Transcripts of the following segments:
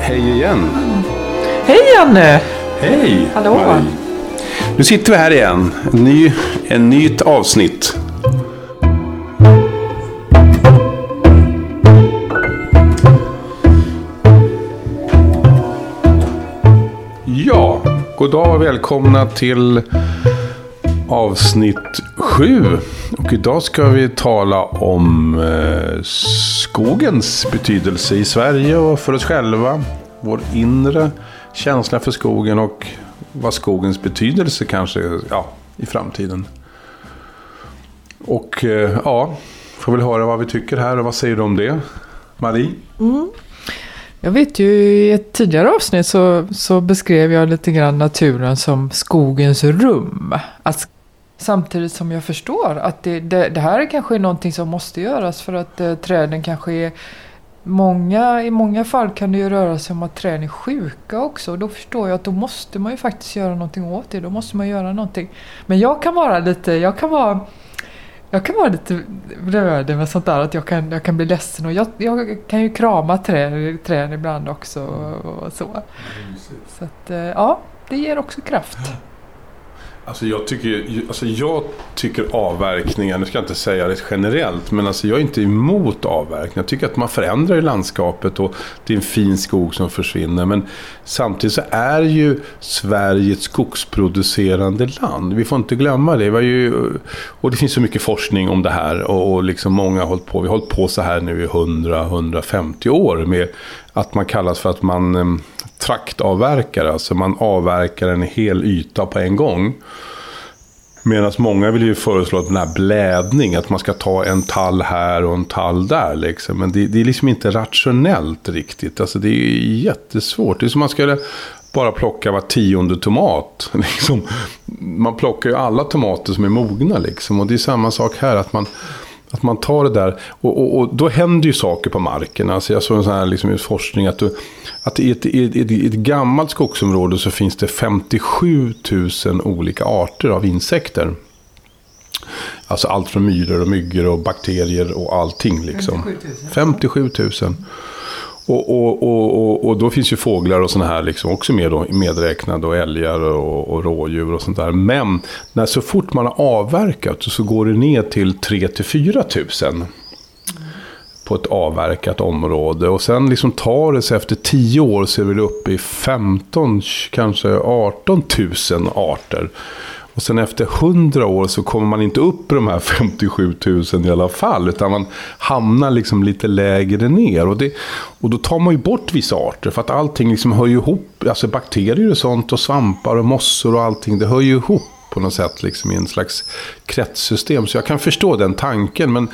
Hej igen. Hej Janne. Hej. Hallå. Marie. Nu sitter vi här igen. En nytt avsnitt. Ja, god dag och välkomna till avsnitt 7. Och idag ska vi tala om skogens betydelse i Sverige och för oss själva. Vår inre känsla för skogen och vad skogens betydelse kanske i framtiden. Och får väl höra vad vi tycker här och vad säger du om det? Marie? Jag vet ju i ett tidigare avsnitt så beskrev jag lite grann naturen som skogens rum. Alltså, samtidigt som jag förstår att det här är kanske någonting som måste göras för att träden kanske är i många fall kan det ju röra sig om att träden är sjuka också. Och då förstår jag att då måste man ju faktiskt göra någonting åt det. Då måste man göra någonting. Men jag kan vara lite röd med sånt där att jag kan bli ledsen och jag kan ju krama träd ibland också och så. Så att det ger också kraft. Alltså jag tycker avverkningar, nu ska jag inte säga det generellt, men alltså jag är inte emot avverkning. Jag tycker att man förändrar i landskapet och det är en fin skog som försvinner. Men samtidigt så är ju Sverige ett skogsproducerande land. Vi får inte glömma det. Och det finns så mycket forskning om det här och liksom många har hållit på. Vi har hållit på så här nu i 100-150 år med att man kallas för att man traktavverkar, alltså man avverkar en hel yta på en gång. Medan många vill ju föreslå den här blädning, att man ska ta en tall här och en tall där liksom. Men det är liksom inte rationellt riktigt. Alltså det är jättesvårt. Det är som man skulle bara plocka var 10:e tomat liksom. Man plockar ju alla tomater som är mogna liksom. Och det är samma sak här, att man tar det där och då händer ju saker på marken. Alltså jag såg en sån här liksom forskning att i ett gammalt skogsområde så finns det 57 000 olika arter av insekter. Alltså allt från myror och myggor och bakterier och allting liksom. 57 000. Och då finns ju fåglar och såna här liksom också medräknade och älgar och rådjur och sånt där. Men så fort man har avverkat så går det ner till 3-4 000 på ett avverkat område. Och sen liksom tar det sig efter 10 år så är vi uppe i 15, kanske 18 000 arter. Och sen efter 100 år så kommer man inte upp i de här 57 000 i alla fall. Utan man hamnar liksom lite lägre ner. Och då tar man ju bort vissa arter. För att allting liksom hör ju ihop. Alltså bakterier och sånt och svampar och mossor och allting. Det hör ju ihop på något sätt liksom i en slags kretssystem. Så jag kan förstå den tanken. Men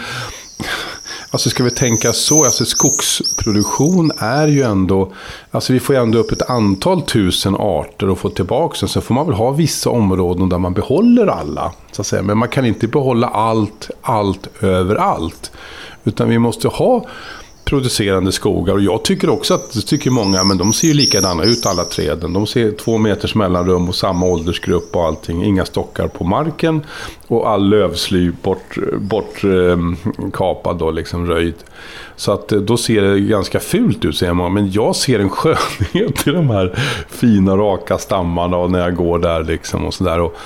alltså ska vi tänka så, alltså skogsproduktion är ju ändå, alltså vi får ju ändå upp ett antal tusen arter och få tillbaka den. Så får man väl ha vissa områden där man behåller alla, så att säga. Men man kan inte behålla allt överallt. Utan vi måste ha producerande skogar. Och jag tycker också att, det tycker många, men de ser ju likadana ut alla träden. De ser 2 meters mellanrum och samma åldersgrupp och allting. Inga stockar på marken och all lövsly bort kapad och liksom röjd. Så att då ser det ganska fult ut, säger man. Men jag ser en skönhet i de här fina raka stammarna och när jag går där liksom och sådär. Och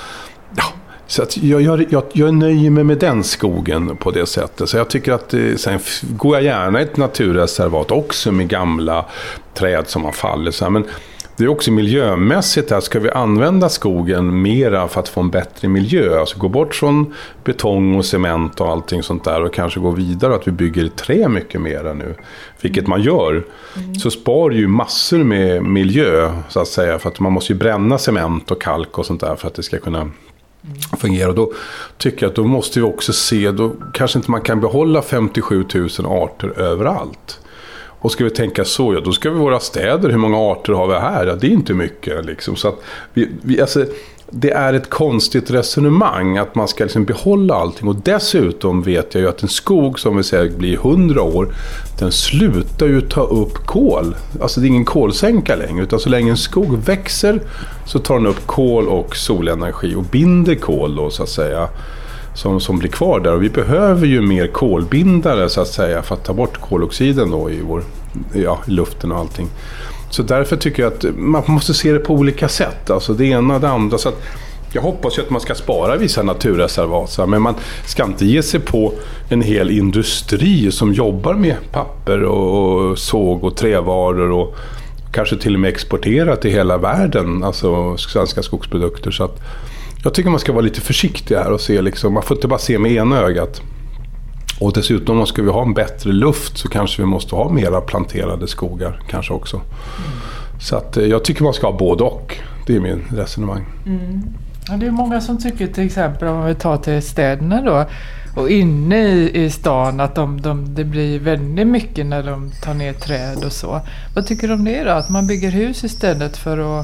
så att jag nöjer mig med den skogen på det sättet. Så jag tycker att sen går jag gärna i ett naturreservat också med gamla träd som har fallit. Så här. Men det är också miljömässigt här. Ska vi använda skogen mera för att få en bättre miljö? Alltså gå bort från betong och cement och allting sånt där. Och kanske gå vidare att vi bygger i trä mycket mera nu. Vilket man gör. Så spar ju massor med miljö så att säga. För att man måste ju bränna cement och kalk och sånt där för att det ska kunna fungera. Och då tycker jag att då måste vi också se, då kanske inte man kan behålla 57 000 arter överallt. Och ska vi tänka så, då ska vi våra städer, hur många arter har vi här? Ja, det är inte mycket liksom. Så att alltså, det är ett konstigt resonemang att man ska liksom behålla allting. Och dessutom vet jag ju att en skog som vi säger blir 100 år, den slutar ju ta upp kol. Alltså det är ingen kolsänka längre, utan så länge en skog växer så tar den upp kol och solenergi och binder kol då, så att säga. Som blir kvar där. Och vi behöver ju mer kolbindare så att säga för att ta bort koloxiden då i luften och allting. Så därför tycker jag att man måste se det på olika sätt. Alltså det ena och det andra. Så att jag hoppas ju att man ska spara vissa naturreservat. Men man ska inte ge sig på en hel industri som jobbar med papper och såg och trävaror. Och kanske till och med exportera till hela världen. Alltså svenska skogsprodukter. Så att jag tycker man ska vara lite försiktig här och se liksom. Man får inte bara se med ena ögat. Och dessutom, om ska vi ha en bättre luft så kanske vi måste ha mera planterade skogar kanske också. Så att jag tycker man ska ha både och. Det är min resonemang. Ja, det är många som tycker, till exempel om vi tar till städerna då och inne i stan, att det blir väldigt mycket när de tar ner träd och så. Vad tycker du om det då? Att man bygger hus istället för att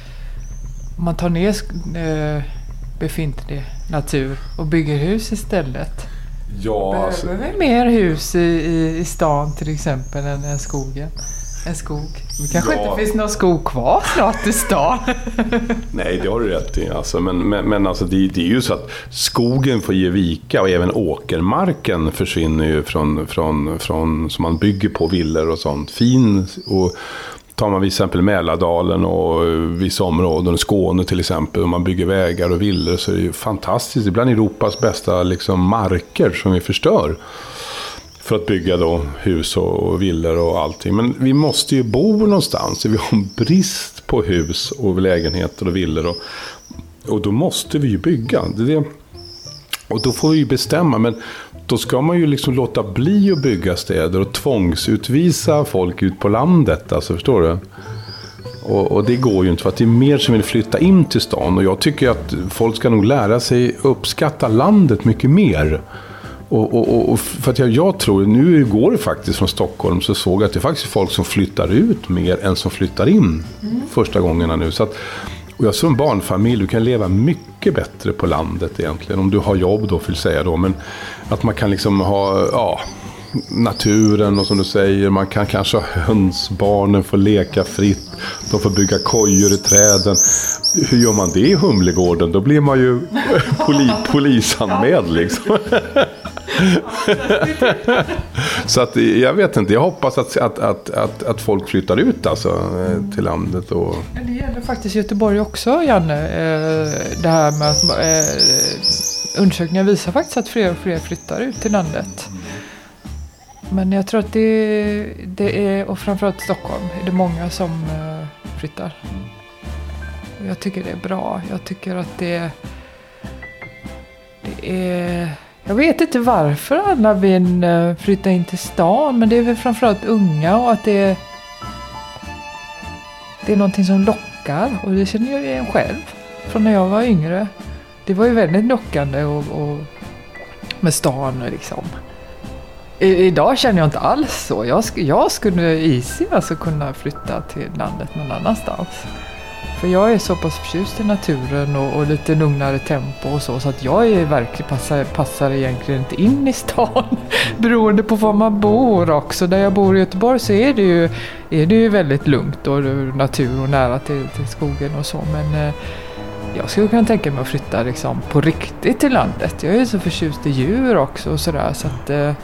man tar ner befintlig natur och bygger hus istället? Ja, behöver vi mer hus i stan till exempel än skogen? En skog. Det kanske inte finns någon skog kvar snart i stan. Nej, det har du rätt i. Alltså, men alltså, det är ju så att skogen får ge vika och även åkermarken försvinner ju från som man bygger på villor och sånt. Fin och tar man till exempel Mälardalen och vissa områden, Skåne till exempel, och man bygger vägar och villor, så är det ju fantastiskt. Ibland Europas bästa liksom marker som vi förstör för att bygga då hus och villor och allting. Men vi måste ju bo någonstans. Vi har en brist på hus och lägenheter och villor. Och då måste vi ju bygga. Och då får vi ju bestämma. Men då ska man ju liksom låta bli att bygga städer och tvångsutvisa folk ut på landet. Alltså, förstår du? Och det går ju inte, för att det är mer som vill flytta in till stan. Och jag tycker att folk ska nog lära sig uppskatta landet mycket mer. Och för att jag tror, nu går det faktiskt från Stockholm, så såg jag att det är faktiskt folk som flyttar ut mer än som flyttar in första gångerna nu. Så att, och jag som barnfamilj, du kan leva mycket bättre på landet egentligen, om du har jobb då, vill säga då. Men att man kan liksom ha naturen och som du säger, man kan kanske ha hönsbarnen får leka fritt, de får bygga kojor i träden. Hur gör man det i Humlegården? Då blir man ju polisanmäld liksom. Så att jag vet inte, jag hoppas att folk flyttar ut alltså, till landet. Och det gäller faktiskt Göteborg också, Janne. Det här med att undersökningar visar faktiskt att fler och fler flyttar ut till landet. Men jag tror att det är, och framförallt Stockholm, är det många som flyttar. Och jag tycker det är bra. Jag tycker att det är... Jag vet inte varför alla vill flytta in till stan, men det är väl framförallt unga, och att det är någonting som lockar, och det känner jag igen själv från när jag var yngre. Det var ju väldigt lockande och med stan liksom. Idag känner jag inte alls så. Jag skulle easy alltså kunna flytta till landet någon annanstans. För jag är så pass förtjust i naturen och lite lugnare tempo och så att jag är verkligen passar egentligen inte in i stan. Beroende på var man bor också. Där jag bor i Göteborg så är det ju väldigt lugnt och natur och nära till skogen och så. Men jag skulle kunna tänka mig att flytta liksom på riktigt till landet. Jag är så förtjust i djur också och sådär, så att...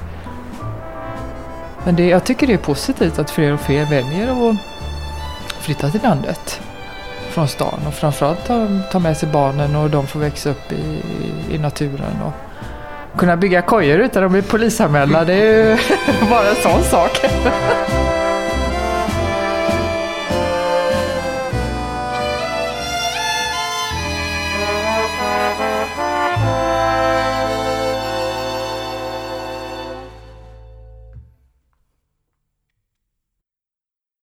Men jag tycker det är positivt att fler och fler väljer att flytta till landet från stan, och framförallt ta med sig barnen och de får växa upp i naturen och kunna bygga kojor utan att bli polisanmälda. Det är ju bara en sån sak.